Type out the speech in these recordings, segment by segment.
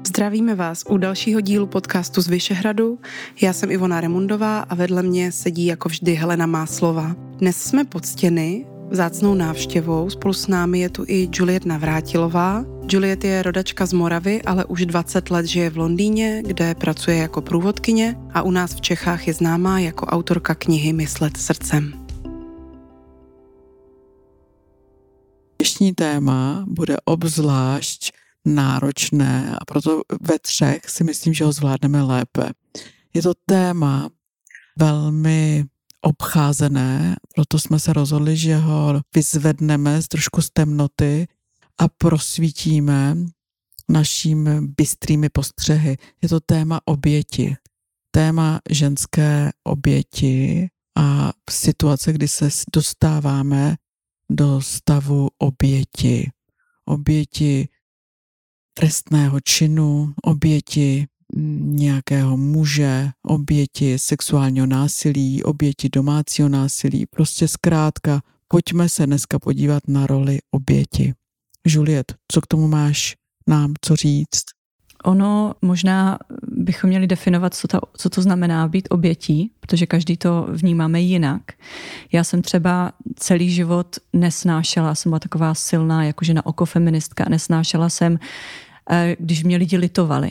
Zdravíme vás u dalšího dílu podcastu z Vyšehradu. Já jsem Ivona Remundová a vedle mě sedí jako vždy Helena Máslová. Dnes jsme poctěni vzácnou návštěvou. Spolu s námi je tu i Juliet Navrátilová. Juliet je rodačka z Moravy, ale už 20 let žije v Londýně, kde pracuje jako průvodkyně a u nás v Čechách je známá jako autorka knihy Myslet srdcem. Dnešní téma bude obzvlášť náročné a proto ve třech si myslím, že ho zvládneme lépe. Je to téma velmi obcházené, proto jsme se rozhodli, že ho vyzvedneme trošku z temnoty a prosvítíme našimi bystrými postřehy. Je to téma oběti. Téma ženské oběti a situace, kdy se dostáváme do stavu oběti. Oběti trestného činu, oběti nějakého muže, oběti sexuálního násilí, oběti domácího násilí. Prostě zkrátka, pojďme se dneska podívat na roli oběti. Juliet, co k tomu máš nám co říct? Ono možná bychom měli definovat, co to znamená být obětí, protože každý to vnímáme jinak. Já jsem třeba celý život nesnášela, jsem byla taková silná, jakože na oko feministka, nesnášela jsem, když mě lidi litovali.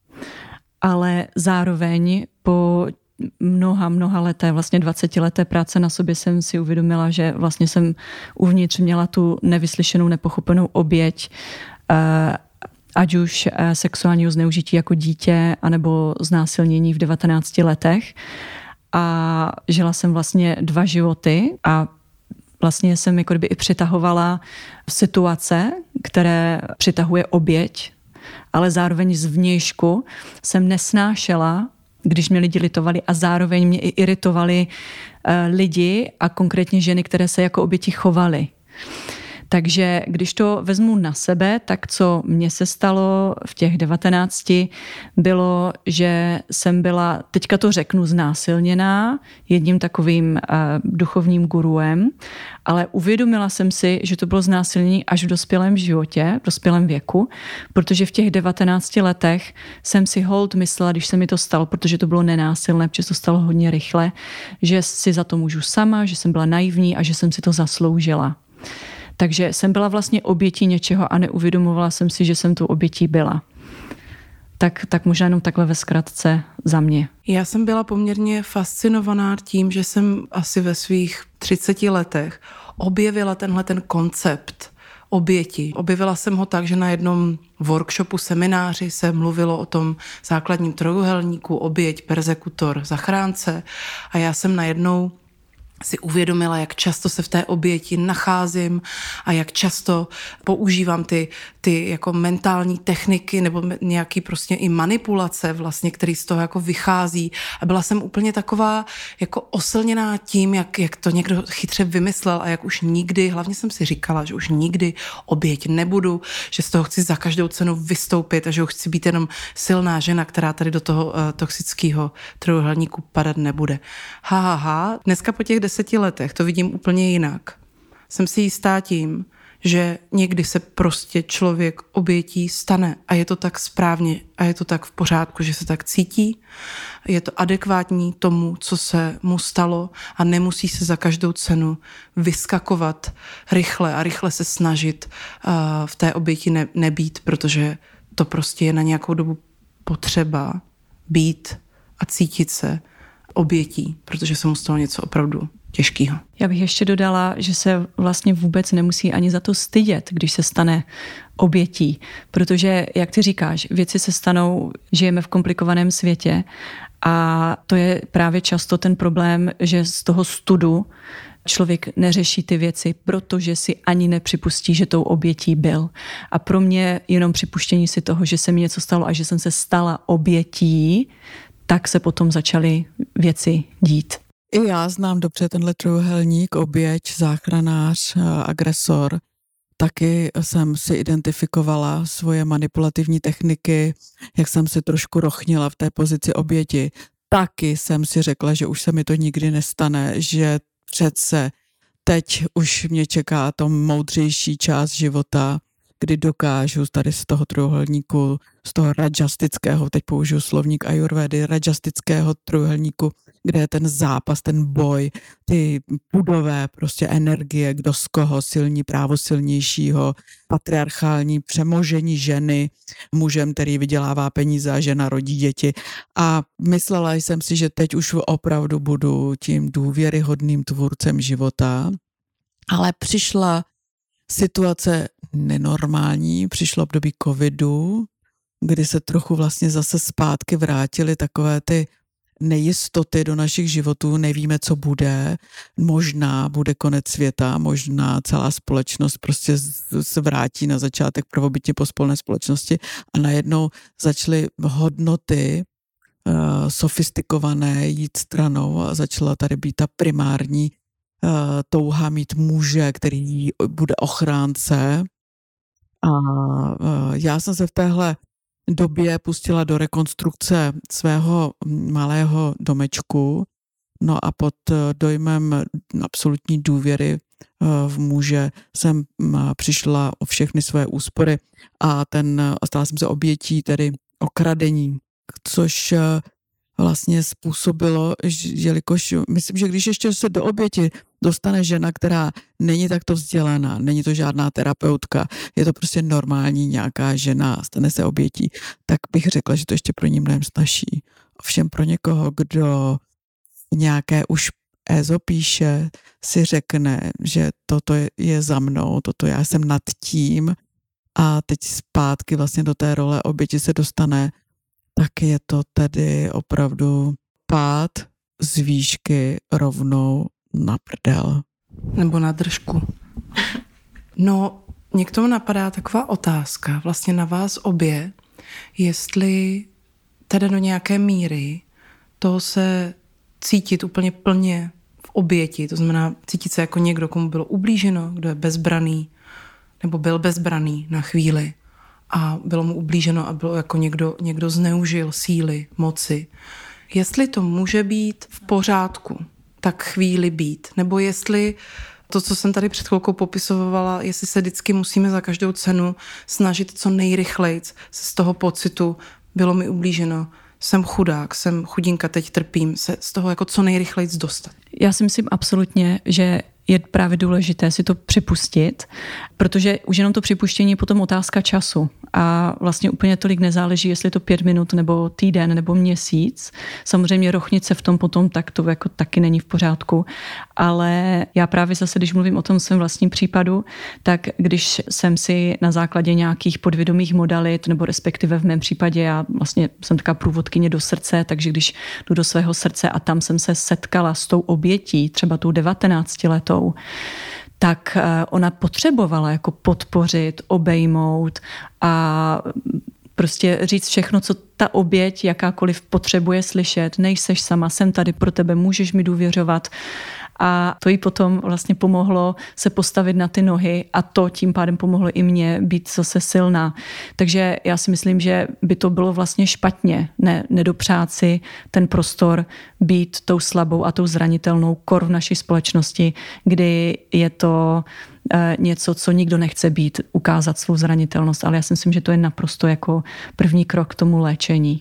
Ale zároveň po mnoha leté, vlastně 20leté práce na sobě jsem si uvědomila, že vlastně jsem uvnitř měla tu nevyslyšenou, nepochopenou oběť, ať už sexuálního zneužití jako dítě, anebo znásilnění v 19 letech. A žila jsem vlastně 2 životy a vlastně jsem jako kdyby i přitahovala situace, které přitahuje oběť, ale zároveň zvnějšku jsem nesnášela, když mě lidi litovali a zároveň mě i iritovali lidi a konkrétně ženy, které se jako oběti chovaly. Takže když to vezmu na sebe, tak co mně se stalo v těch 19, bylo, že jsem byla, teďka to řeknu, znásilněná jedním takovým duchovním guruem, ale uvědomila jsem si, že to bylo znásilnění až v dospělém životě, v dospělém věku, protože v těch 19 letech jsem si hold myslela, když se mi to stalo, protože to bylo nenásilné, protože to stalo hodně rychle, že si za to můžu sama, že jsem byla naivní a že jsem si to zasloužila. Takže jsem byla vlastně obětí něčeho a neuvědomovala jsem si, že jsem tu obětí byla. Tak možná jenom takhle ve zkratce za mě. Já jsem byla poměrně fascinovaná tím, že jsem asi ve svých 30 letech objevila ten koncept oběti. Objevila jsem ho tak, že na jednom workshopu, semináři se mluvilo o tom základním trojúhelníku oběť, perzekutor, zachránce a já jsem najednou si uvědomila, jak často se v té oběti nacházím a jak často používám ty jako mentální techniky nebo nějaký prostě i manipulace vlastně, který z toho jako vychází. A byla jsem úplně taková jako oslněná tím, jak to někdo chytře vymyslel a jak už nikdy, hlavně jsem si říkala, že už nikdy oběť nebudu, že z toho chci za každou cenu vystoupit a že už chci být jenom silná žena, která tady do toho toxického trojúhelníku padat nebude. Dneska po těch 10 letech to vidím úplně jinak. Jsem si jistá tím, že někdy se prostě člověk obětí stane a je to tak správně a je to tak v pořádku, že se tak cítí. Je to adekvátní tomu, co se mu stalo a nemusí se za každou cenu vyskakovat rychle a rychle se snažit v té oběti nebýt, protože to prostě je na nějakou dobu potřeba být a cítit se obětí, protože se mu stalo něco opravdu těžkýho. Já bych ještě dodala, že se vlastně vůbec nemusí ani za to stydět, když se stane obětí, protože, jak ty říkáš, věci se stanou, žijeme v komplikovaném světě a to je právě často ten problém, že z toho studu člověk neřeší ty věci, protože si ani nepřipustí, že tou obětí byl. A pro mě jenom připuštění si toho, že se mi něco stalo a že jsem se stala obětí, tak se potom začaly věci dít. I já znám dobře tenhle trojúhelník, oběť, záchranář, agresor. Taky jsem si identifikovala svoje manipulativní techniky, jak jsem se trošku rochnila v té pozici oběti. Taky jsem si řekla, že už se mi to nikdy nestane, že přece teď už mě čeká to moudřejší část života, kdy dokážu tady z toho trojúhelníku, z toho rajastického, teď použiju slovník ajurvédy, rajastického trojúhelníku, kde je ten zápas, ten boj, ty pudové prostě energie, kdo z koho, silní právo silnějšího, patriarchální přemožení ženy, mužem, který vydělává peníze a žena rodí děti. A myslela jsem si, že teď už opravdu budu tím důvěryhodným tvůrcem života, ale přišla situace nenormální, přišlo období covidu, kdy se trochu vlastně zase zpátky vrátily takové ty nejistoty do našich životů, nevíme, co bude, možná bude konec světa, možná celá společnost prostě se vrátí na začátek prvobytně pospolné společnosti a najednou začaly hodnoty sofistikované jít stranou a začala tady být ta primární touha mít muže, který bude ochránce. A já jsem se v téhle době pustila do rekonstrukce svého malého domečku, no a pod dojmem absolutní důvěry v muže jsem přišla o všechny své úspory a stala jsem se obětí tedy okradení, což vlastně způsobilo, jelikož myslím, že když ještě se do oběti dostane žena, která není takto vzdělaná, není to žádná terapeutka, je to prostě normální nějaká žena, stane se obětí, tak bych řekla, že to ještě pro ní mnohem snazší. Ovšem pro někoho, kdo nějaké už ezopíše, si řekne, že toto je za mnou, toto já jsem nad tím a teď zpátky vlastně do té role oběti se dostane, tak je to tedy opravdu pád z výšky rovnou na prdel. Nebo na držku. No, mě k tomu napadá taková otázka vlastně na vás obě, jestli tedy do nějaké míry toho se cítit úplně plně v oběti, to znamená cítit se jako někdo, komu bylo ublíženo, kdo je bezbraný, nebo byl bezbraný na chvíli a bylo mu ublíženo a bylo jako někdo zneužil síly, moci. Jestli to může být v pořádku, tak chvíli být, nebo jestli to, co jsem tady před chvilkou popisovala, jestli se vždycky musíme za každou cenu snažit co nejrychleji se z toho pocitu bylo mi ublíženo, jsem chudák, jsem chudinka, teď trpím, se z toho jako co nejrychleji dostat. Já si myslím absolutně, že je právě důležité si to připustit, protože už jenom to připuštění je potom otázka času a vlastně úplně tolik nezáleží, jestli je to 5 minut nebo týden nebo měsíc. Samozřejmě rochnit se v tom potom, tak to jako taky není v pořádku, ale já právě zase, když mluvím o tom svém vlastním případu, tak když jsem si na základě nějakých podvědomých modalit, nebo respektive v mém případě, já vlastně jsem taková průvodkyně do srdce, takže když jdu do svého srdce a tam jsem se setkala s tou obětí, třeba tou 19letou, tak ona potřebovala jako podpořit, obejmout a prostě říct všechno, co ta oběť jakákoliv potřebuje slyšet. Nejseš sama, jsem tady pro tebe, můžeš mi důvěřovat. A to jí potom vlastně pomohlo se postavit na ty nohy a to tím pádem pomohlo i mně být zase silná. Takže já si myslím, že by to bylo vlastně špatně nedopřát si ten prostor být tou slabou a tou zranitelnou kor v naší společnosti, kdy je to něco, co nikdo nechce být, ukázat svou zranitelnost, ale já si myslím, že to je naprosto jako první krok k tomu léčení.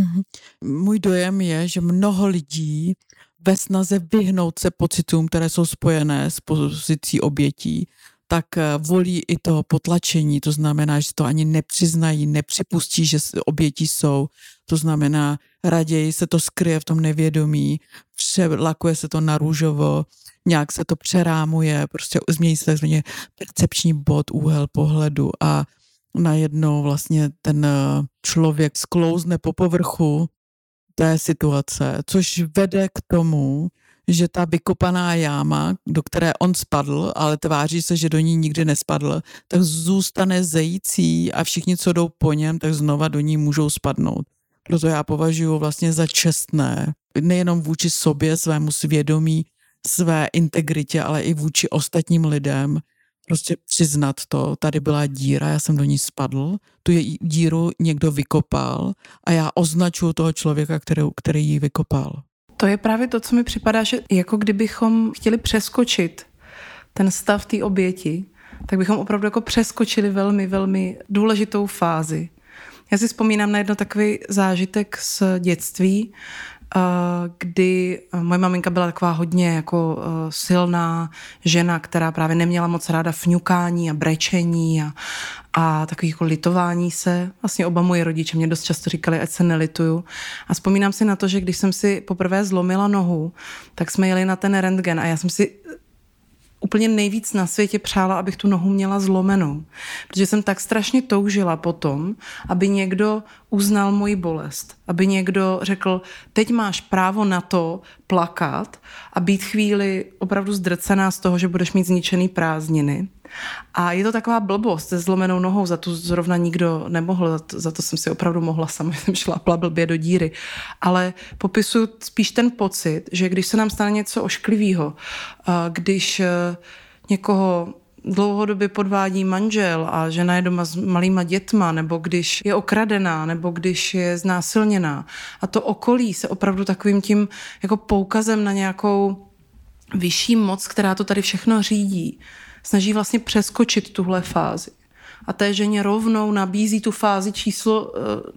Můj dojem je, že mnoho lidí ve snaze vyhnout se pocitům, které jsou spojené s pozicí obětí, tak volí i to potlačení, to znamená, že to ani nepřiznají, nepřipustí, že obětí jsou, to znamená, raději se to skryje v tom nevědomí, přelakuje se to na růžovo, nějak se to přerámuje, prostě změní se takzvaně percepční bod, úhel pohledu a najednou vlastně ten člověk sklouzne po povrchu té situace, což vede k tomu, že ta vykopaná jáma, do které on spadl, ale tváří se, že do ní nikdy nespadl, tak zůstane zející a všichni, co jdou po něm, tak znova do ní můžou spadnout. Proto já považuji vlastně za čestné, nejenom vůči sobě, svému svědomí, své integritě, ale i vůči ostatním lidem, prostě přiznat to, tady byla díra, já jsem do ní spadl, tu díru někdo vykopal a já označuju toho člověka, který ji vykopal. To je právě to, co mi připadá, že jako kdybychom chtěli přeskočit ten stav té oběti, tak bychom opravdu jako přeskočili velmi, velmi důležitou fázi. Já si vzpomínám na jedno takový zážitek z dětství, kdy moje maminka byla taková hodně jako silná žena, která právě neměla moc ráda fňukání a brečení a takový jako litování se. Vlastně oba moji rodiče mě dost často říkali, ať se nelituju. A vzpomínám si na to, že když jsem si poprvé zlomila nohu, tak jsme jeli na ten rentgen a já jsem si úplně nejvíc na světě přála, abych tu nohu měla zlomenou. Protože jsem tak strašně toužila potom, aby někdo uznal moji bolest. Aby někdo řekl, teď máš právo na to plakat a být chvíli opravdu zdrcená z toho, že budeš mít zničený prázdniny. A je to taková blbost se zlomenou nohou, za tu zrovna nikdo nemohl, za to jsem si opravdu mohla sama, jsem šlápla blbě do díry. Ale popisuju spíš ten pocit, že když se nám stane něco ošklivého, když někoho dlouhodobě podvádí manžel a žena je doma s malýma dětma, nebo když je okradená, nebo když je znásilněná. A to okolí se opravdu takovým tím jako poukazem na nějakou vyšší moc, která to tady všechno řídí, snaží vlastně přeskočit tuhle fázi. A té ženě rovnou nabízí tu fázi číslo,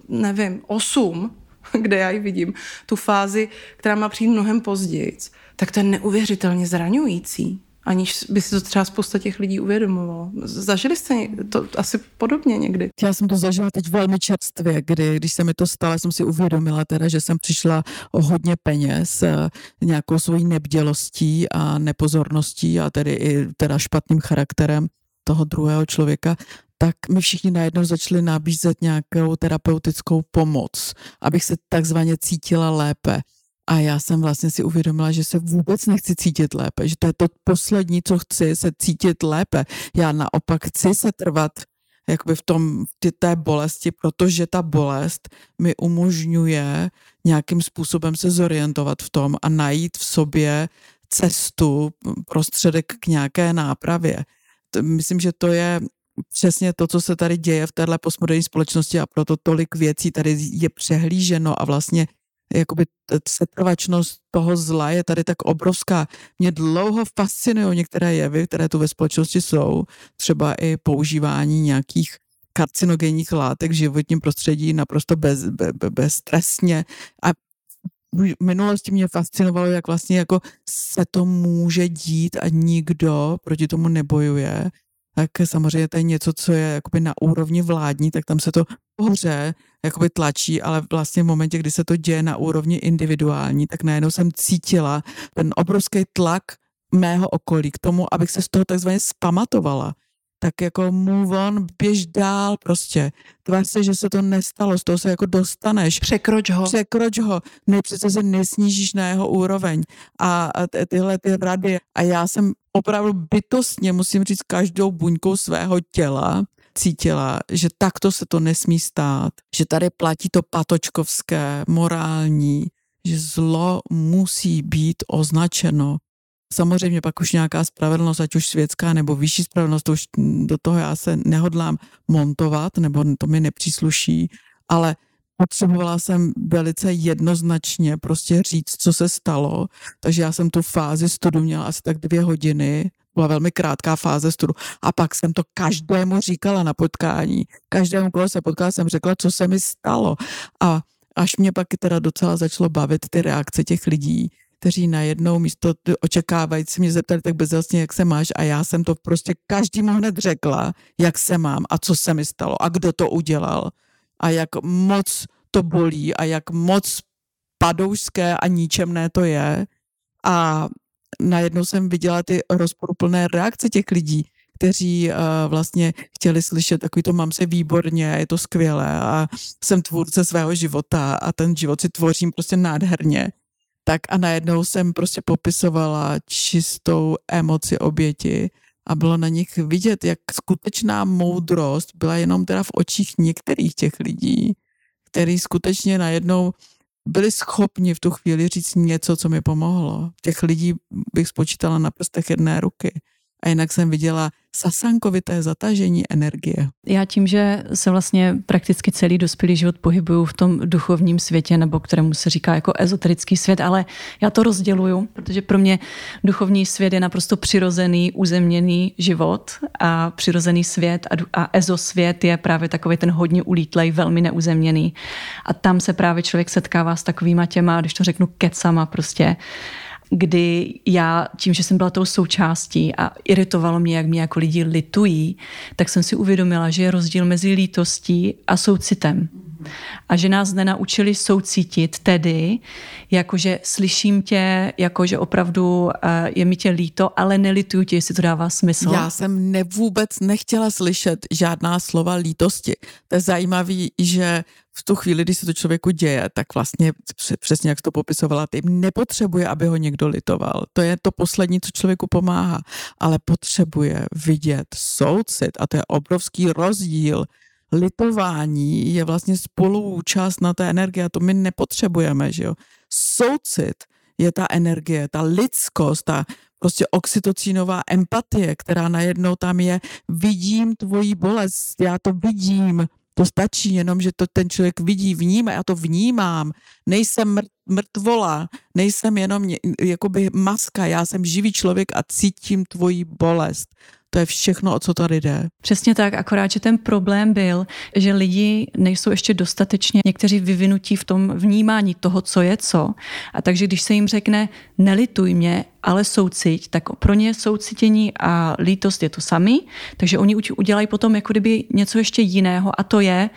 8, kde já ji vidím, tu fázi, která má přijít mnohem později. Tak to je neuvěřitelně zraňující. Aniž by si to třeba spousta těch lidí uvědomovalo. Zažili jste to asi podobně někdy? Já jsem to zažila teď velmi čerstvě, když se mi to stalo, jsem si uvědomila teda, že jsem přišla o hodně peněz nějakou svojí nebdělostí a nepozorností a tedy i teda špatným charakterem toho druhého člověka, tak mi všichni najednou začali nabízet nějakou terapeutickou pomoc, abych se takzvaně cítila lépe. A já jsem vlastně si uvědomila, že se vůbec nechci cítit lépe, že to je to poslední, co chci, se cítit lépe. Já naopak chci se trvat jakoby v té bolesti, protože ta bolest mi umožňuje nějakým způsobem se zorientovat v tom a najít v sobě cestu, prostředek k nějaké nápravě. Myslím, že to je přesně to, co se tady děje v téhle postmoderní společnosti a proto tolik věcí tady je přehlíženo a vlastně jakoby setrvačnost toho zla je tady tak obrovská. Mě dlouho fascinují některé jevy, které tu ve společnosti jsou, třeba i používání nějakých karcinogenních látek v životním prostředí naprosto beztrestně. A v minulosti mě fascinovalo, jak vlastně jako se to může dít a nikdo proti tomu nebojuje. Tak samozřejmě to je něco, co je jakoby na úrovni vládní, tak tam se to pořád jakoby tlačí, ale vlastně v momentě, kdy se to děje na úrovni individuální, tak najednou jsem cítila ten obrovský tlak mého okolí k tomu, abych se z toho takzvaně zpamatovala. Tak jako move on, běž dál prostě. Tvář se, že se to nestalo, z toho se jako dostaneš. Překroč ho. Ne, přece se nesnížíš na jeho úroveň. A tyhle ty rady. A já jsem opravdu bytostně, musím říct, každou buňkou svého těla cítila, že takto se to nesmí stát. Že tady platí to patočkovské, morální, že zlo musí být označeno. Samozřejmě pak už nějaká spravedlnost, ať už světská nebo vyšší spravedlnost, to už do toho já se nehodlám montovat, nebo to mi nepřísluší, ale potřebovala jsem velice jednoznačně prostě říct, co se stalo, takže já jsem tu fázi studu měla asi tak 2 hodiny, byla velmi krátká fáze studu a pak jsem to každému říkala na potkání, každému, koho se potkala, jsem řekla, co se mi stalo a až mě pak teda docela začalo bavit ty reakce těch lidí, kteří najednou místo očekávající mě zeptali tak bezdělstně, jak se máš a já jsem to prostě každému hned řekla, jak se mám a co se mi stalo a kdo to udělal a jak moc to bolí a jak moc padoušské a ničemné to je a najednou jsem viděla ty rozporuplné reakce těch lidí, kteří vlastně chtěli slyšet takový to mám se výborně, je to skvělé a jsem tvůrce svého života a ten život si tvořím prostě nádherně. Tak a najednou jsem prostě popisovala čistou emoci oběti a bylo na nich vidět, jak skutečná moudrost byla jenom teda v očích některých těch lidí, kteří skutečně najednou byli schopni v tu chvíli říct něco, co mi pomohlo. Těch lidí bych spočítala na prstech jedné ruky. a jinak jsem viděla sasankovité zatažení energie. Já tím, že se vlastně prakticky celý dospělý život pohybuju v tom duchovním světě, nebo kterému se říká jako ezoterický svět, ale já to rozděluju, protože pro mě duchovní svět je naprosto přirozený, uzemněný život a přirozený svět a ezosvět je právě takový ten hodně ulítlej, velmi neuzemněný. A tam se právě člověk setkává s takovýma těma, když to řeknu, kecama prostě, kdy já tím, že jsem byla tou součástí a iritovalo mě, jak mě jako lidi litují, tak jsem si uvědomila, že je rozdíl mezi lítostí a soucitem. A že nás nenaučili soucítit, tedy jakože slyším tě, jakože opravdu je mi tě líto, ale nelituju tě, jestli to dává smysl. Já jsem vůbec nechtěla slyšet žádná slova lítosti. To je zajímavý, že v tu chvíli, když se to člověku děje, tak vlastně přesně jak jsi to popisovala, ty nepotřebuje, aby ho někdo litoval. To je to poslední, co člověku pomáhá, ale potřebuje vidět soucit a to je obrovský rozdíl. Litování je vlastně spoluúčast na té energie a to my nepotřebujeme, že jo. Soucit je ta energie, ta lidskost, ta prostě oxytocinová empatie, která najednou tam je, vidím tvoji bolest, já to vidím, to stačí jenom, že to ten člověk vidí, vnímá, já to vnímám, nejsem mrtvola, nejsem jenom jakoby maska, já jsem živý člověk a cítím tvoji bolest. To je všechno, o co tady jde. Přesně tak, akorát, že ten problém byl, že lidi nejsou ještě dostatečně někteří vyvinutí v tom vnímání toho, co je co. A takže když se jim řekne, nelituj mě, ale souciť, tak pro ně soucitění a lítost je to samý, takže oni udělají potom jako kdyby něco ještě jiného a to je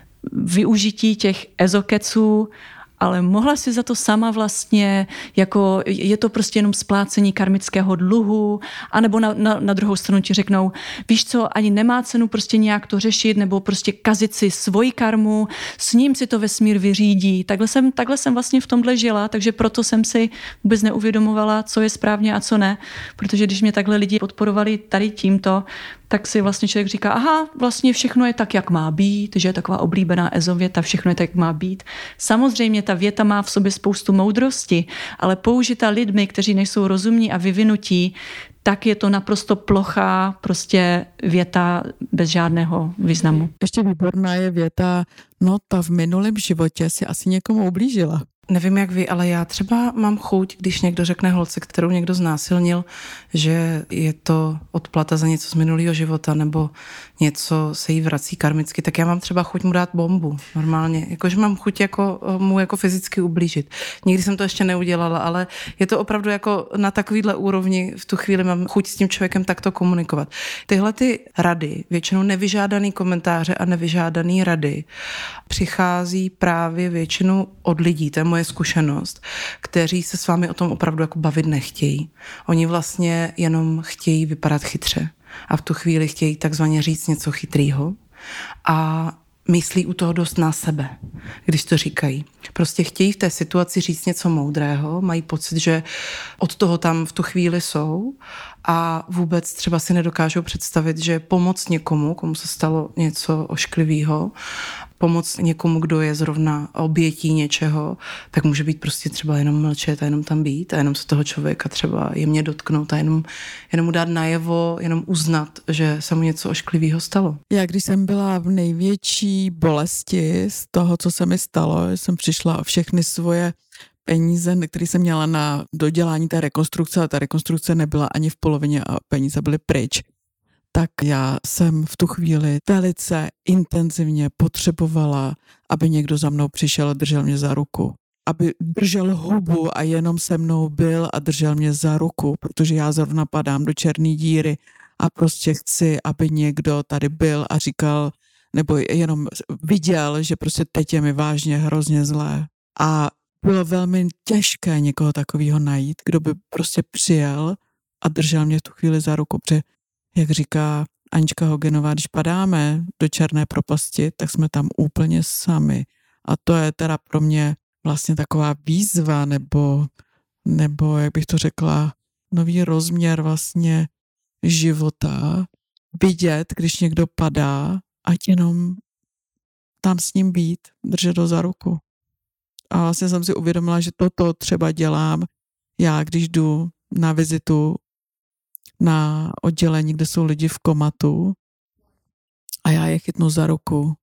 využití těch ezokeců, ale mohla si za to sama vlastně, jako je to prostě jenom splácení karmického dluhu, anebo na druhou stranu ti řeknou, víš co, ani nemá cenu prostě nějak to řešit, nebo prostě kazit si svoji karmu, s ním si to vesmír vyřídí. Takhle jsem vlastně v tomhle žila, takže proto jsem si vůbec neuvědomovala, co je správně a co ne, protože když mě takhle lidi podporovali tady tímto, tak si vlastně člověk říká, aha, vlastně všechno je tak, jak má být, že je taková oblíbená ezověta, všechno je tak, jak má být. Samozřejmě ta věta má v sobě spoustu moudrosti, ale použita lidmi, kteří nejsou rozumní a vyvinutí, tak je to naprosto plochá prostě věta bez žádného významu. Ještě výborná je věta, no ta v minulém životě si asi někomu ublížila. Nevím, jak vy, ale já třeba mám chuť, když někdo řekne holce, kterou někdo znásilnil, že je to odplata za něco z minulého života nebo něco se jí vrací karmicky, tak já mám třeba chuť mu dát bombu normálně. Jakože mám chuť mu fyzicky ublížit. Nikdy jsem to ještě neudělala, ale je to opravdu jako na takovýhle úrovni v tu chvíli mám chuť s tím člověkem takto komunikovat. Tyhle ty rady, většinou nevyžádaný komentáře a nevyžádaný rady přichází právě většinou od lidí, to je moje zkušenost, kteří se s vámi o tom opravdu jako bavit nechtějí. Oni vlastně jenom chtějí vypadat chytře a v tu chvíli chtějí takzvaně říct něco chytrýho a myslí u toho dost na sebe, když to říkají. Prostě chtějí v té situaci říct něco moudrého, mají pocit, že od toho tam v tu chvíli jsou a vůbec třeba si nedokážou představit, že pomoct někomu, komu se stalo něco ošklivého, pomoct někomu, kdo je zrovna obětí něčeho, tak může být prostě třeba jenom mlčet a jenom tam být a jenom se toho člověka třeba jemně dotknout a jenom mu dát najevo, jenom uznat, že se mu něco ošklivého stalo. Já když jsem byla v největší bolesti z toho, co se mi stalo, jsem přišla o všechny svoje peníze, které jsem měla na dodělání té rekonstrukce a ta rekonstrukce nebyla ani v polovině a peníze byly pryč. Tak já jsem v tu chvíli velice intenzivně potřebovala, aby někdo za mnou přišel a držel mě za ruku. Aby držel hubu a jenom se mnou byl a držel mě za ruku, protože já zrovna padám do černé díry a prostě chci, aby někdo tady byl a říkal, nebo jenom viděl, že prostě teď je mi vážně hrozně zlé. A bylo velmi těžké někoho takového najít, kdo by prostě přijel a držel mě v tu chvíli za ruku, protože jak říká Anička Hogenová, když padáme do černé propasti, tak jsme tam úplně sami. A to je teda pro mě vlastně taková výzva, nebo jak bych to řekla, nový rozměr vlastně života. Vidět, když někdo padá, ať jenom tam s ním být, držet ho za ruku. A vlastně jsem si uvědomila, že toto třeba dělám já, když jdu na vizitu na oddělení, kde jsou lidi v komatu a já je chytnu za ruku,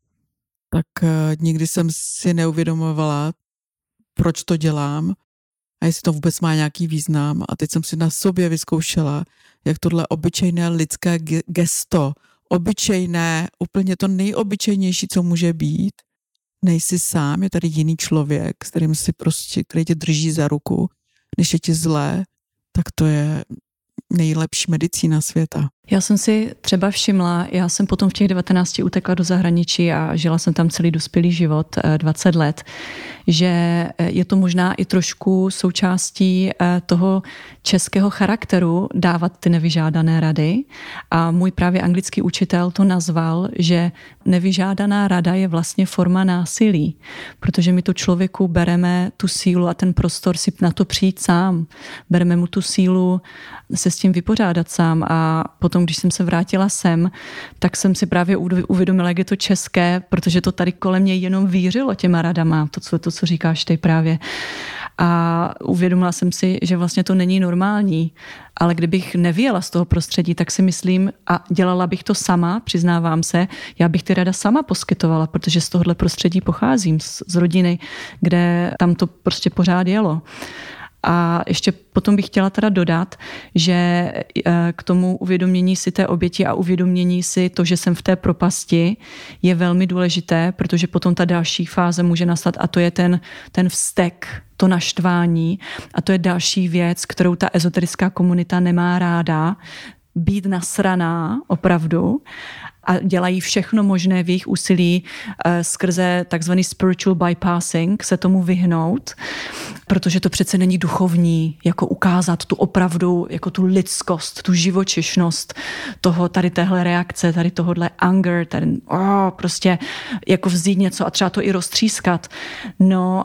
tak nikdy jsem si neuvědomovala, proč to dělám a jestli to vůbec má nějaký význam. A teď jsem si na sobě vyzkoušela, jak tohle obyčejné lidské gesto, obyčejné, úplně to nejobyčejnější, co může být, nejsi sám, je tady jiný člověk, s kterým si prostě, který tě drží za ruku, když je ti zlé, tak to je nejlepší medicína světa. Já jsem si třeba všimla, já jsem potom v těch 19 utekla do zahraničí a žila jsem tam celý dospělý život, 20 let, že je to možná i trošku součástí toho českého charakteru dávat ty nevyžádané rady. A můj právě anglický učitel to nazval, že nevyžádaná rada je vlastně forma násilí, protože my tu člověku bereme tu sílu a ten prostor si na to přijít sám. Bereme mu tu sílu se s tím vypořádat sám a potom, když jsem se vrátila sem, tak jsem si právě uvědomila, jak je to české, protože to tady kolem mě jenom vířilo těma radama, to, co říkáš ty právě. A uvědomila jsem si, že vlastně to není normální, ale kdybych nevyjela z toho prostředí, tak si myslím, a dělala bych to sama, přiznávám se, já bych ty rada sama poskytovala, protože z tohohle prostředí pocházím, z rodiny, kde tam to prostě pořád jelo. A ještě potom bych chtěla teda dodat, že k tomu uvědomění si té oběti a uvědomění si to, že jsem v té propasti, je velmi důležité, protože potom ta další fáze může nastat a to je ten vztek, to naštvání a to je další věc, kterou ta ezoterická komunita nemá ráda, být nasraná opravdu a dělají všechno možné v jejich úsilí skrze takzvaný spiritual bypassing se tomu vyhnout, protože to přece není duchovní, jako ukázat tu opravdu, jako tu lidskost, tu živočišnost toho, tady téhle reakce, tady tohodle anger, tady prostě jako vzít něco a třeba to i roztřískat. No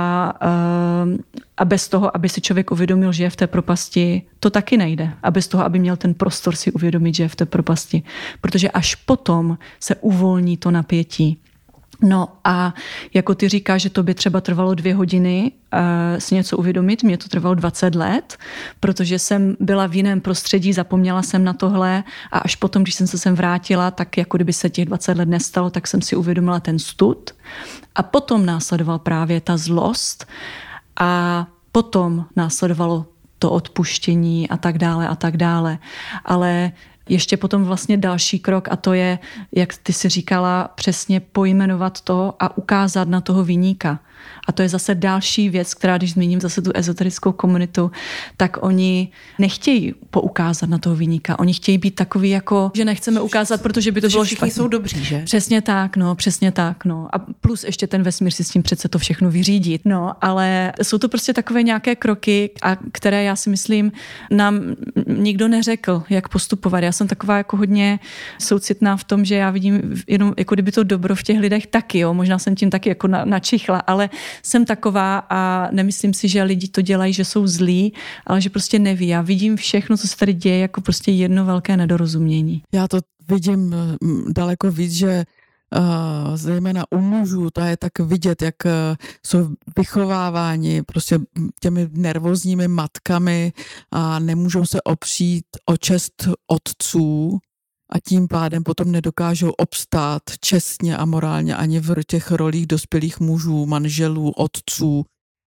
a bez toho, aby si člověk uvědomil, že je v té propasti, to taky nejde. A bez toho, aby měl ten prostor si uvědomit, že je v té propasti. Protože až potom se uvolní to napětí. No a jako ty říkáš, že to by třeba trvalo 2 hodiny si něco uvědomit, mě to trvalo 20 let, protože jsem byla v jiném prostředí, zapomněla jsem na tohle a až potom, když jsem se sem vrátila, tak jako kdyby se těch 20 let nestalo, tak jsem si uvědomila ten stud a potom následoval právě ta zlost a potom následovalo to odpuštění a tak dále a tak dále. Ale ještě potom vlastně další krok a to je, jak ty si říkala, přesně pojmenovat to a ukázat na toho viníka. A to je zase další věc, která, když zmíním zase tu ezoterickou komunitu, tak oni nechtějí poukázat na toho viníka. Oni chtějí být takový jako, že nechceme ukázat, protože by to bylo špatně. Jsou dobří, že? Přesně tak, no. A plus ještě ten vesmír si s tím přece to všechno vyřídí. No, ale jsou to prostě takové nějaké kroky, které já si myslím, nám nikdo neřekl, jak postupovat. Já jsem taková jako hodně soucitná v tom, že já vidím jenom jako kdyby to dobro v těch lidech taky, jo. Možná jsem tím taky jako načichla, ale jsem taková a nemyslím si, že lidi to dělají, že jsou zlí, ale že prostě neví. Já vidím všechno, co se tady děje, jako prostě jedno velké nedorozumění. Já to vidím daleko víc, že zejména u mužů, to je tak vidět, jak jsou vychováváni prostě těmi nervózními matkami a nemůžou se opřít o čest otců a tím pádem potom nedokážou obstát čestně a morálně ani v těch rolích dospělých mužů, manželů, otců,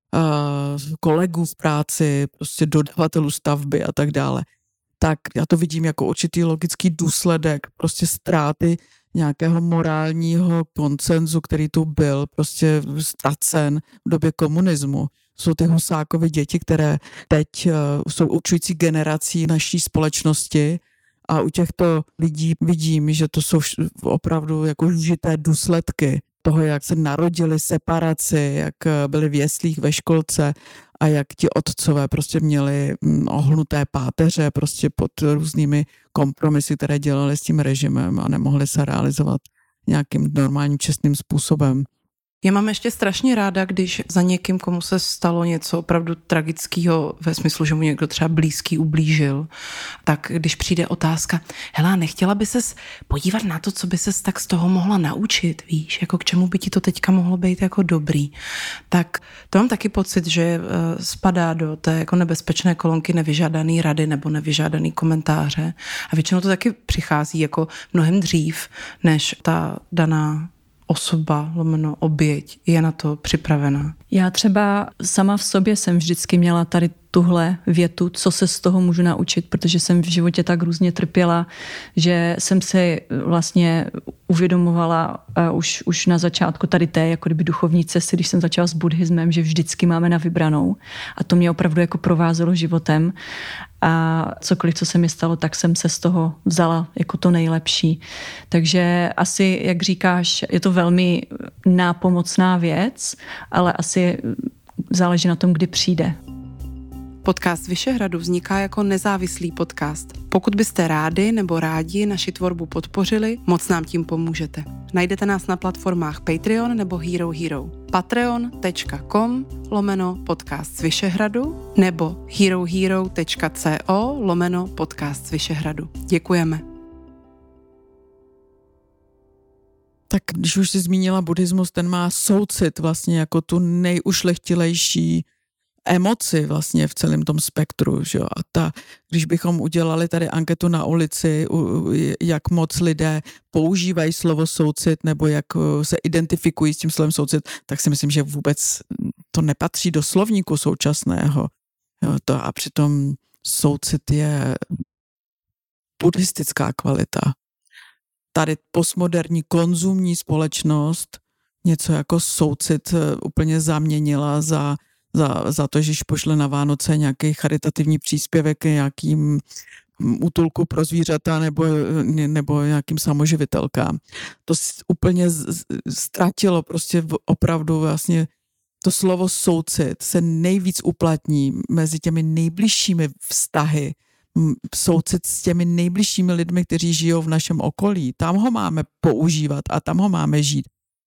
kolegů v práci, prostě dodavatelů stavby a tak dále. Tak já to vidím jako určitý logický důsledek prostě ztráty nějakého morálního konsenzu, který tu byl prostě ztracen v době komunismu. Jsou ty Husákovy děti, které teď jsou určující generací naší společnosti a u těchto lidí vidím, že to jsou opravdu jako žité důsledky toho, jak se narodili separaci, jak byli v jeslích ve školce a jak ti otcové prostě měli ohnuté páteře prostě pod různými kompromisy, které dělali s tím režimem a nemohli se realizovat nějakým normálním čestným způsobem. Já mám ještě strašně ráda, když za někým, komu se stalo něco opravdu tragického, ve smyslu, že mu někdo třeba blízký ublížil, tak když přijde otázka, hele, nechtěla by ses podívat na to, co by ses tak z toho mohla naučit, víš, jako k čemu by ti to teďka mohlo být jako dobrý. Tak to mám taky pocit, že spadá do té jako nebezpečné kolonky nevyžádaný rady nebo nevyžádaný komentáře. A většinou to taky přichází jako mnohem dřív, než ta daná osoba, lomeno oběť je na to připravená. Já třeba sama v sobě jsem vždycky měla tady tuhle větu, co se z toho můžu naučit, protože jsem v životě tak různě trpěla, že jsem si vlastně uvědomovala už na začátku tady té jako kdyby duchovní cesty, když jsem začala s buddhismem, že vždycky máme na vybranou a to mě opravdu jako provázelo životem a cokoliv, co se mi stalo, tak jsem se z toho vzala jako to nejlepší. Takže asi, jak říkáš, je to velmi nápomocná věc, ale asi záleží na tom, kdy přijde. Podcast Vyšehradu vzniká jako nezávislý podcast. Pokud byste rádi nebo rádi naši tvorbu podpořili, moc nám tím pomůžete. Najdete nás na platformách Patreon nebo Hero Hero. patreon.com/podcast z Vyšehradu nebo herohero.co/podcast z Vyšehradu. Děkujeme. Tak když už jsi zmínila buddhismus, ten má soucit vlastně jako tu nejušlechtilejší emoci vlastně v celém tom spektru, že jo? A když bychom udělali tady anketu na ulici, jak moc lidé používají slovo soucit nebo jak se identifikují s tím slovem soucit, tak si myslím, že vůbec to nepatří do slovníku současného. Jo, a přitom soucit je buddhistická kvalita. Tady postmoderní konzumní společnost něco jako soucit úplně zaměnila za to, že pošle na Vánoce nějaký charitativní příspěvek k nějakým útulku pro zvířata nebo nějakým samoživitelkám. To úplně ztratilo prostě opravdu vlastně to slovo soucit se nejvíc uplatní mezi těmi nejbližšími vztahy, soucit s těmi nejbližšími lidmi, kteří žijou v našem okolí. Tam ho máme používat a tam ho máme žít.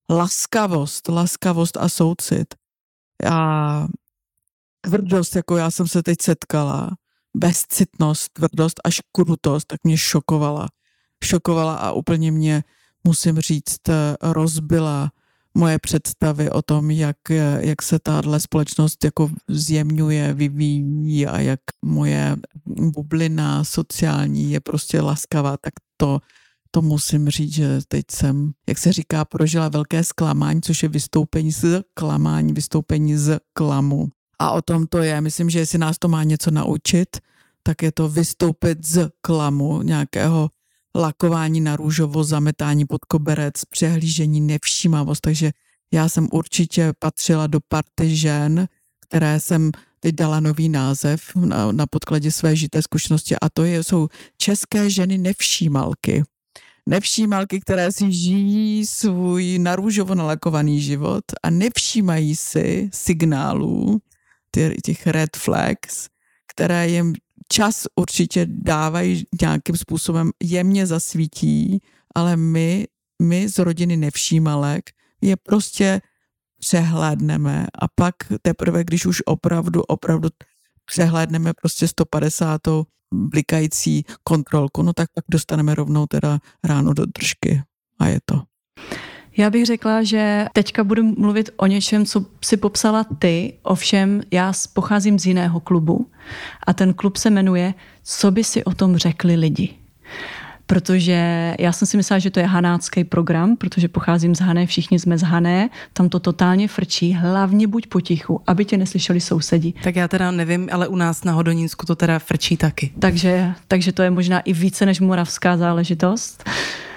Laskavost a soucit. A tvrdost, jako já jsem se teď setkala, bezcitnost, tvrdost až krutost, tak mě šokovala a úplně mě, musím říct, rozbila moje představy o tom, jak se tahle společnost jako zjemňuje, vyvíjí a jak moje bublina sociální je prostě laskavá, tak to musím říct, že teď jsem, jak se říká, prožila velké zklamání, což je vystoupení z klamání, vystoupení z klamu. A o tom to je. Myslím, že jestli nás to má něco naučit, tak je to vystoupit z klamu, nějakého lakování na růžovo, zametání pod koberec, přehlížení, nevšímavost. Takže já jsem určitě patřila do party žen, které jsem teď dala nový název na podkladě své žité zkušenosti a to jsou české ženy nevšímalky. Nevšímalky, které si žijí svůj narůžovo nalakovaný život a nevšímají si signálů, těch red flags, které jim čas určitě dávají nějakým způsobem, jemně zasvítí, ale my z rodiny nevšímalek je prostě přehlédneme a pak teprve, když už opravdu přehlédneme prostě 150. blikající kontrolku, no tak pak dostaneme rovnou teda ráno do držky a je to. Já bych řekla, že teďka budu mluvit o něčem, co si popsala ty, ovšem já pocházím z jiného klubu a ten klub se jmenuje Co by si o tom řekli lidi. Protože já jsem si myslela, že to je hanácký program, protože pocházím z Hané, všichni jsme z Hané, tam to totálně frčí, hlavně buď potichu, aby tě neslyšeli sousedi. Tak já teda nevím, ale u nás na Hodonínsku to teda frčí taky. Takže to je možná i více než moravská záležitost.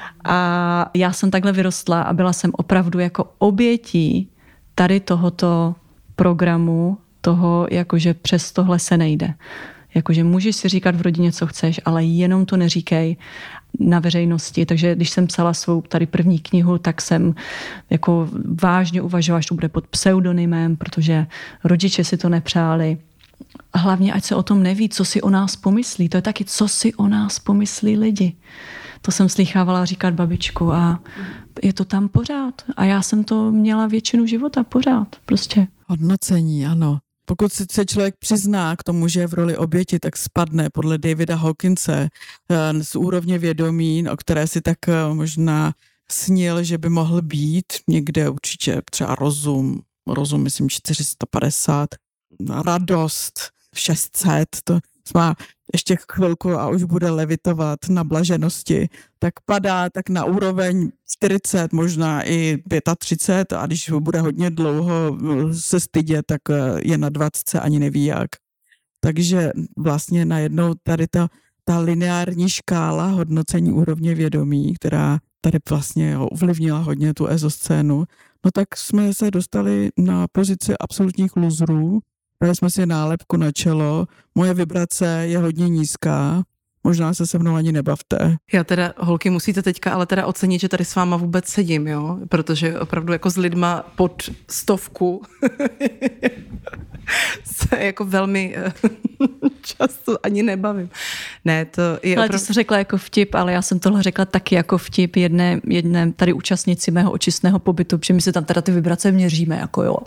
A já jsem takhle vyrostla a byla jsem opravdu jako obětí tady tohoto programu, toho, jakože přes tohle se nejde. Jakože můžeš si říkat v rodině, co chceš, ale jenom to neříkej na veřejnosti. Takže když jsem psala svou tady první knihu, tak jsem jako vážně uvažovala, že to bude pod pseudonymem, protože rodiče si to nepřáli. A hlavně, ať se o tom neví, co si o nás pomyslí. To je taky, co si o nás pomyslí lidi. To jsem slýchávala říkat babičku a je to tam pořád. A já jsem to měla většinu života pořád prostě. Hodnocení, ano. Pokud se člověk přizná k tomu, že je v roli oběti, tak spadne podle Davida Hawkinse z úrovně vědomí, o které si tak možná snil, že by mohl být někde určitě třeba rozum myslím 450, radost 600, to má ještě chvilku a už bude levitovat na blaženosti, tak padá tak na úroveň 40, možná i 35 a když bude hodně dlouho se stydět, tak je na 20, ani neví jak. Takže vlastně najednou tady ta lineární škála hodnocení úrovně vědomí, která tady vlastně ovlivnila hodně tu ezoscénu, no tak jsme se dostali na pozici absolutních luzrů, dali jsme si nálepku na čelo, moje vibrace je hodně nízká, možná se mnou ani nebavte. Já teda, holky, musíte teďka ale teda ocenit, že tady s váma vůbec sedím, jo? Protože opravdu jako s lidma pod 100 se jako velmi často ani nebavím. Ne, to je opravdu... Ale ty jsi řekla jako vtip, ale já jsem tohle řekla taky jako vtip jedné tady účastnici mého očistného pobytu, protože my se tam teda ty vibrace měříme, jako jo.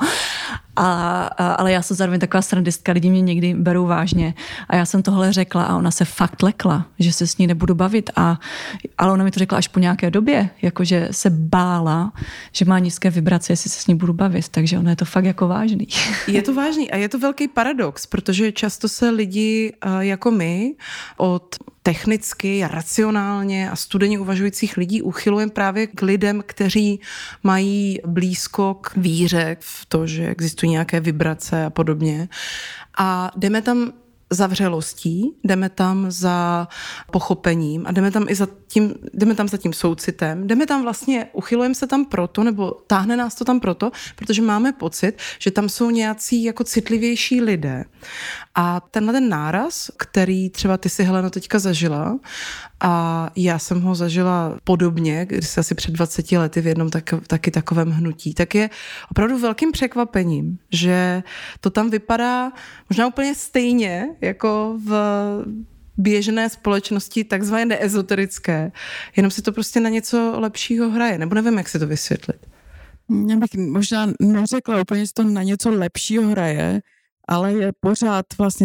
Ale já jsem zároveň taková srandistka, lidi mě někdy berou vážně a já jsem tohle řekla a ona se fakt lekla, že se s ní nebudu bavit ale ona mi to řekla až po nějaké době, jakože se bála, že má nízké vibrace, jestli se s ní budu bavit, takže ono je to fakt jako vážný. Je to vážný a je to velký paradox, protože často se lidi jako my od technicky, racionálně a studeně uvažujících lidí uchylujeme právě k lidem, kteří mají blízko k víře v to, že existují nějaké vibrace a podobně. A jdeme tam za vřelostí, jdeme tam za pochopením a jdeme tam za tím soucitem, jdeme tam vlastně, uchylujeme se tam proto, nebo táhne nás to tam proto, protože máme pocit, že tam jsou nějací jako citlivější lidé. A tenhle ten náraz, který třeba ty si, Heleno, teďka zažila, a já jsem ho zažila podobně, když se asi před 20 lety v jednom taky takovém hnutí, tak je opravdu velkým překvapením, že to tam vypadá možná úplně stejně, jako v běžné společnosti, takzvané neezoterické. Jenom si to prostě na něco lepšího hraje. Nebo nevím, jak si to vysvětlit. Já bych možná neřekla úplně, že to na něco lepšího hraje, ale je pořád vlastně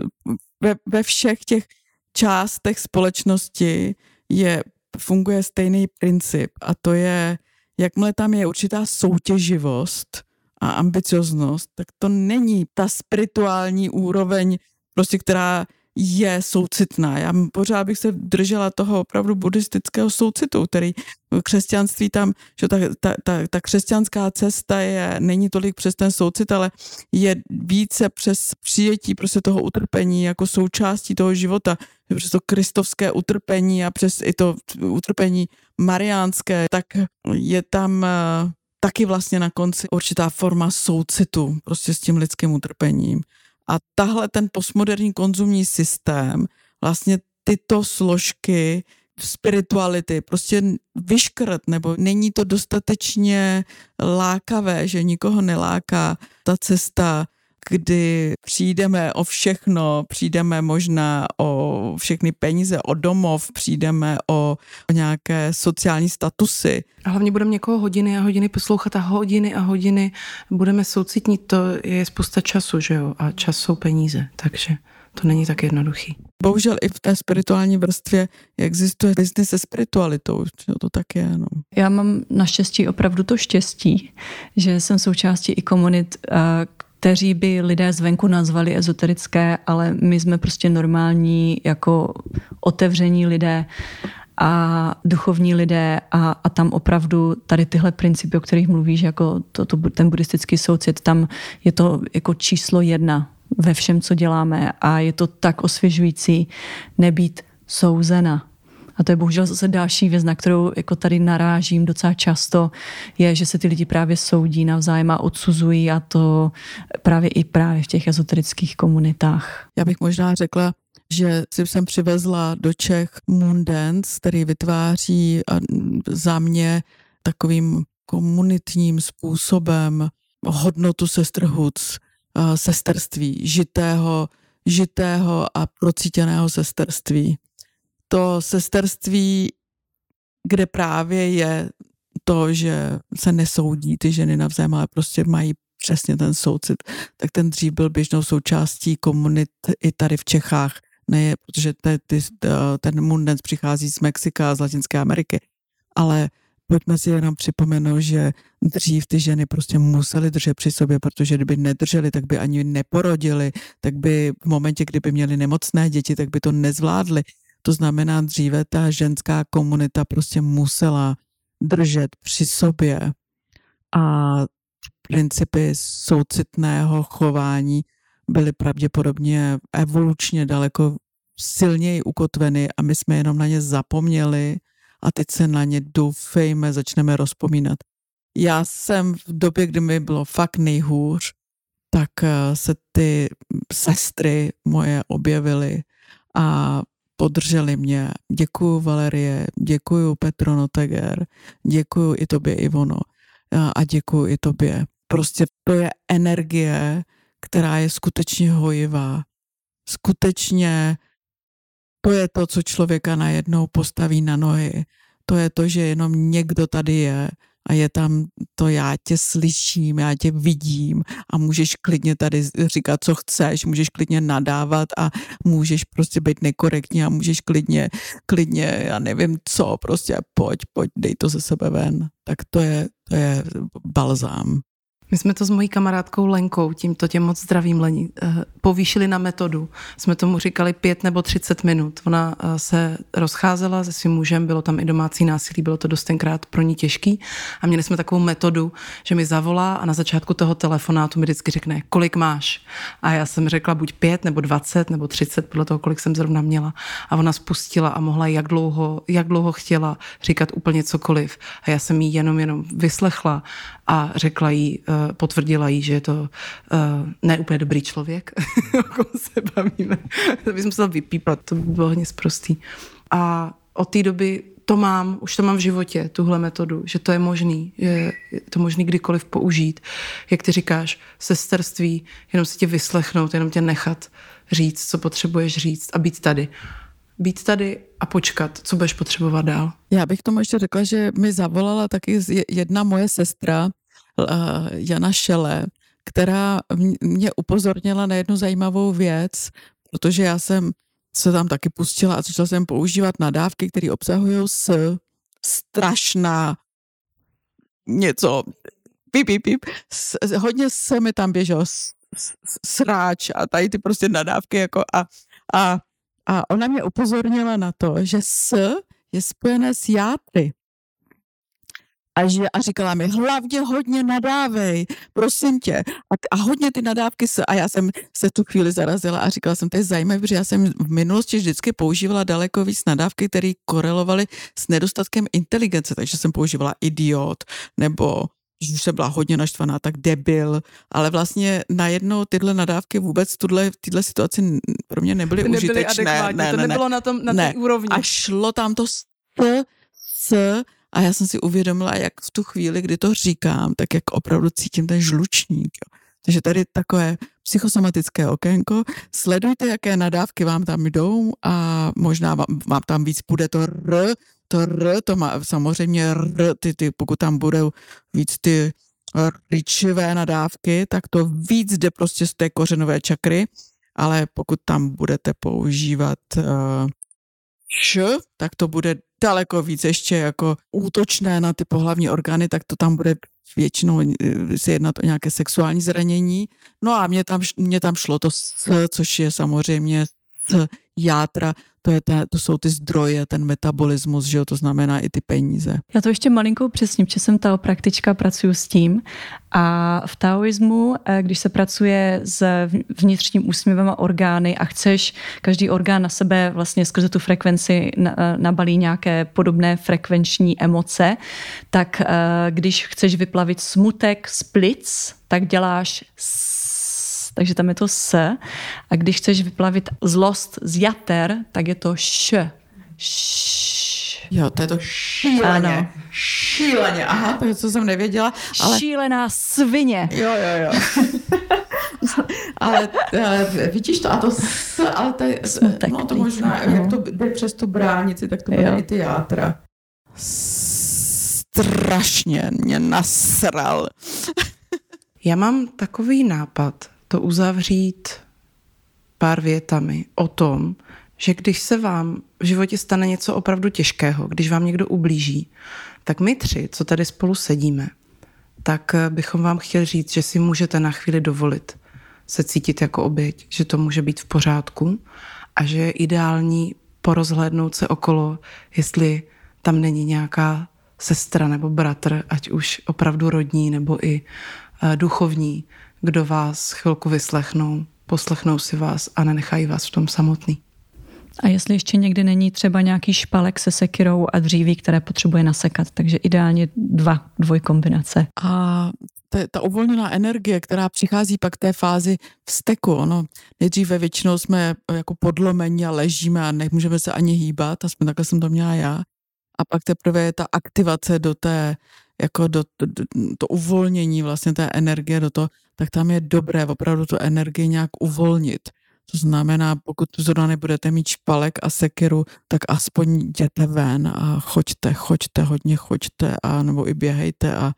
ve všech těch částech společnosti funguje stejný princip a to je, jakmile tam je určitá soutěživost a ambicioznost, tak to není ta spirituální úroveň, prostě, která je soucitná. Já pořád bych se držela toho opravdu buddhistického soucitu, který v křesťanství tam, že ta křesťanská cesta není tolik přes ten soucit, ale je více přes přijetí prostě toho utrpení jako součástí toho života, přes to kristovské utrpení a přes i to utrpení mariánské, tak je tam taky vlastně na konci určitá forma soucitu prostě s tím lidským utrpením. A tahle ten postmoderní konzumní systém vlastně tyto složky spirituality prostě vyškrt, nebo není to dostatečně lákavé, že nikoho neláká ta cesta, kdy přijdeme o všechno, přijdeme možná o všechny peníze, o domov, přijdeme o nějaké sociální statusy. A hlavně budeme někoho hodiny a hodiny poslouchat a hodiny budeme soucitní, to je spousta času, že jo? A čas jsou peníze, takže to není tak jednoduchý. Bohužel i v té spirituální vrstvě existuje business se spiritualitou, to tak je, no. Já mám naštěstí opravdu to štěstí, že jsem součástí i komunit, kteří by lidé zvenku nazvali ezoterické, ale my jsme prostě normální, jako otevření lidé a duchovní lidé a tam opravdu tady tyhle principy, o kterých mluvíš, jako ten buddhistický soucit, tam je to jako číslo 1 ve všem, co děláme a je to tak osvěžující nebýt souzena. A to je bohužel zase další věc, na kterou jako tady narážím docela často, je, že se ty lidi právě soudí navzájem a odsuzují a to právě v těch ezoterických komunitách. Já bych možná řekla, že jsem přivezla do Čech Moondance, který vytváří za mě takovým komunitním způsobem hodnotu sisterhoods, sesterství, žitého a procítěného sesterství. To sesterství kde právě je to, že se nesoudí ty ženy navzájem, ale prostě mají přesně ten soucit, tak ten dřív byl běžnou součástí komunit i tady v Čechách, ne, protože ten Moondance přichází z Mexika, z Latinské Ameriky, ale pojďme si jenom připomenout, že dřív ty ženy prostě musely držet při sobě, protože kdyby nedrželi, tak by ani neporodili, tak by v momentě, kdyby měli nemocné děti, tak by to nezvládli. To znamená, dříve ta ženská komunita prostě musela držet při sobě a principy soucitného chování byly pravděpodobně evolučně daleko silněji ukotveny a my jsme jenom na ně zapomněli a teď se na ně doufejme začneme rozpomínat. Já jsem v době, kdy mi bylo fakt nejhůř, tak se ty sestry moje objevily a podrželi mě. Děkuju Valerie, děkuju Petro Noteger, děkuju i tobě Ivono a děkuju i tobě. Prostě to je energie, která je skutečně hojivá. Skutečně to je to, co člověka najednou postaví na nohy. To je to, že jenom někdo tady je a je tam to já tě slyším, já tě vidím a můžeš klidně tady říkat, co chceš, můžeš klidně nadávat a můžeš prostě být nekorektní a můžeš klidně, já nevím co, prostě pojď, dej to ze sebe ven. Tak to je balzám. My jsme to s mojí kamarádkou Lenkou, tímto tě moc zdravím Leni, povýšili na metodu. Jsme tomu říkali 5 nebo 30 minut. Ona se rozcházela se svým mužem, bylo tam i domácí násilí, bylo to dost tenkrát pro ní těžký a měli jsme takovou metodu, že mi zavolá a na začátku toho telefonátu mi vždycky řekne, kolik máš. A já jsem řekla buď 5 nebo 20 nebo 30, podle toho, kolik jsem zrovna měla. A ona spustila a mohla jak dlouho chtěla říkat úplně cokoliv. A já jsem jí jenom vyslechla a řekla jí, potvrdila jí, že je to ne úplně dobrý člověk, o kom se bavíme. My jsme se to vypípat, to by bylo hodně sprostý. A od té doby už to mám v životě, tuhle metodu, že to je možný, že je to možný kdykoliv použít. Jak ty říkáš, sesterství, jenom si tě vyslechnout, jenom tě nechat říct, co potřebuješ říct a být tady. Být tady a počkat, co budeš potřebovat dál. Já bych tomu ještě řekla, že mi zavolala taky jedna moje sestra, Jana Šele, která mě upozornila na jednu zajímavou věc, protože já jsem se tam taky pustila a začala jsem používat nadávky, které obsahují strašná něco, hodně se mi tam běželo sráč a tady ty prostě nadávky jako a ona mě upozornila na to, že je spojené s játry. A říkala mi, hlavně hodně nadávej, prosím tě. A hodně ty nadávky a já jsem se tu chvíli zarazila a říkala jsem, to je zajímavé, protože já jsem v minulosti vždycky používala daleko víc nadávky, které korelovaly s nedostatkem inteligence, takže jsem používala idiot, nebo když už jsem byla hodně naštvaná, tak debil, ale vlastně najednou tyhle nadávky vůbec v téhle situaci pro mě nebyly užitečné. To nebylo na té úrovni. A šlo tam to a já jsem si uvědomila, jak v tu chvíli, kdy to říkám, tak jak opravdu cítím ten žlučník. Jo. Takže tady takové psychosomatické okénko. Sledujte, jaké nadávky vám tam jdou a možná vám tam víc půjde to to má samozřejmě pokud tam budou víc ty ryčivé nadávky, tak to víc jde prostě z té kořenové čakry, ale pokud tam budete používat tak to bude daleko víc ještě jako útočné na ty pohlavní orgány, tak to tam bude většinou se jednat o nějaké sexuální zranění. No a mě tam šlo to což je samozřejmě játra, to jsou ty zdroje, ten metabolismus, že jo, to znamená i ty peníze. Já to ještě malinkou přesním, protože jsem taopraktička, pracuji s tím a v taoismu, když se pracuje s vnitřním úsměvem a orgány a chceš, každý orgán na sebe vlastně skrze tu frekvenci nabalí nějaké podobné frekvenční emoce, tak když chceš vyplavit smutek z plic, tak děláš takže tam je to s. A když chceš vyplavit zlost z jater, tak je to š. Jo, to je to šíleně. Ano. Šíleně, aha, to je, co jsem nevěděla. Ale... Šílená svině. Jo. ale vidíš to, a to ale to je, smutek, no to možná, jak to jde přes tu bránici, tak to bude i ty játra. strašně mě nasral. Já mám takový nápad to uzavřít pár větami o tom, že když se vám v životě stane něco opravdu těžkého, když vám někdo ublíží, tak my 3, co tady spolu sedíme, tak bychom vám chtěli říct, že si můžete na chvíli dovolit se cítit jako oběť, že to může být v pořádku a že je ideální porozhlédnout se okolo, jestli tam není nějaká sestra nebo bratr, ať už opravdu rodní nebo i duchovní, kdo vás chvilku poslechnou si vás a nenechají vás v tom samotný. A jestli ještě někdy není třeba nějaký špalek se sekyrou a dříví, které potřebuje nasekat, takže ideálně dvojkombinace. A ta uvolněná energie, která přichází pak té fázi vzteku, nejdříve většinou jsme jako podlomení a ležíme a nemůžeme se ani hýbat, aspoň takhle jsem to měla já. A pak teprve je ta aktivace do té, jako do to uvolnění vlastně té energie do toho, tak tam je dobré opravdu tu energii nějak uvolnit. To znamená, pokud zrovna nebudete mít špalek a sekiru, tak aspoň jděte ven a hodně choďte a nebo i běhejte a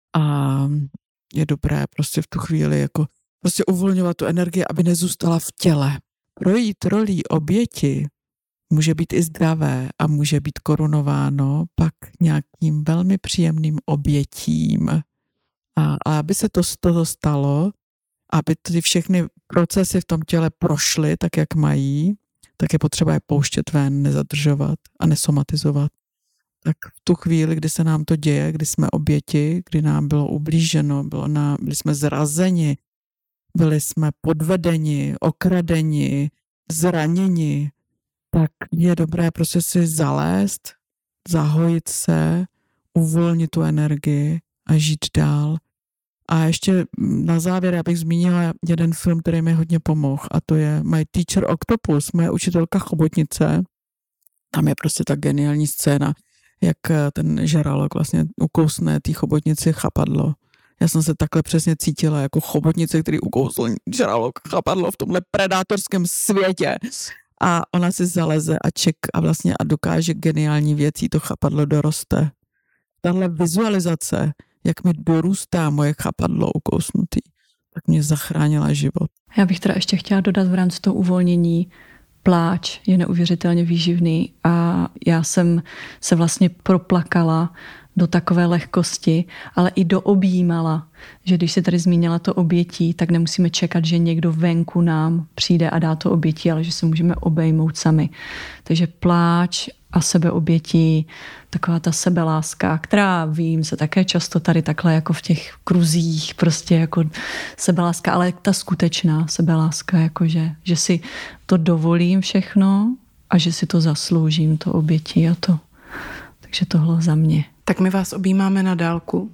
je dobré prostě v tu chvíli jako prostě uvolňovat tu energii, aby nezůstala v těle. Projít rolí oběti může být i zdravé a může být korunováno pak nějakým velmi příjemným obětím. A aby se to stalo, aby ty všechny procesy v tom těle prošly tak, jak mají, tak je potřeba je pouštět ven, nezadržovat a nesomatizovat. Tak v tu chvíli, kdy se nám to děje, kdy jsme oběti, kdy nám bylo ublíženo, byli jsme zrazeni, byli jsme podvedeni, okradeni, zraněni, tak je dobré prostě si zalézt, zahojit se, uvolnit tu energii a žít dál. A ještě na závěr já bych zmínila jeden film, který mi hodně pomohl, a to je My Teacher Octopus, moje učitelka chobotnice. Tam je prostě ta geniální scéna, jak ten žralok vlastně ukousne té chobotnici chapadlo. Já jsem se takhle přesně cítila jako chobotnice, který ukousl žralok chapadlo v tomhle predátorském světě. A ona si zaleze a dokáže geniální věcí, to chapadlo doroste. Tahle vizualizace, jak mi dorůstá moje chapadlo ukousnutý, tak mě zachránila život. Já bych teda ještě chtěla dodat v rámci toho uvolnění, pláč je neuvěřitelně výživný a já jsem se vlastně proplakala do takové lehkosti, ale i doobjímala, že když se tady zmínila to obětí, tak nemusíme čekat, že někdo venku nám přijde a dá to obětí, ale že se můžeme obejmout sami. Takže pláč a sebeobětí, taková ta sebeláska, která vím, se také často tady takhle jako v těch kruzích prostě jako sebeláska, ale ta skutečná sebeláska, jakože, že si to dovolím všechno a že si to zasloužím, to obětí a to. Takže tohle za mě. Tak my vás objímáme na dálku.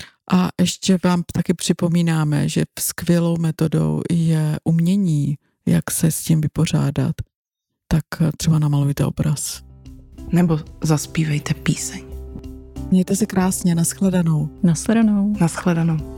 A ještě vám taky připomínáme, že skvělou metodou je umění, jak se s tím vypořádat. Tak třeba namalujte obraz. Nebo zaspívejte píseň. Mějte se krásně, nashledanou. Nashledanou. Nashledanou.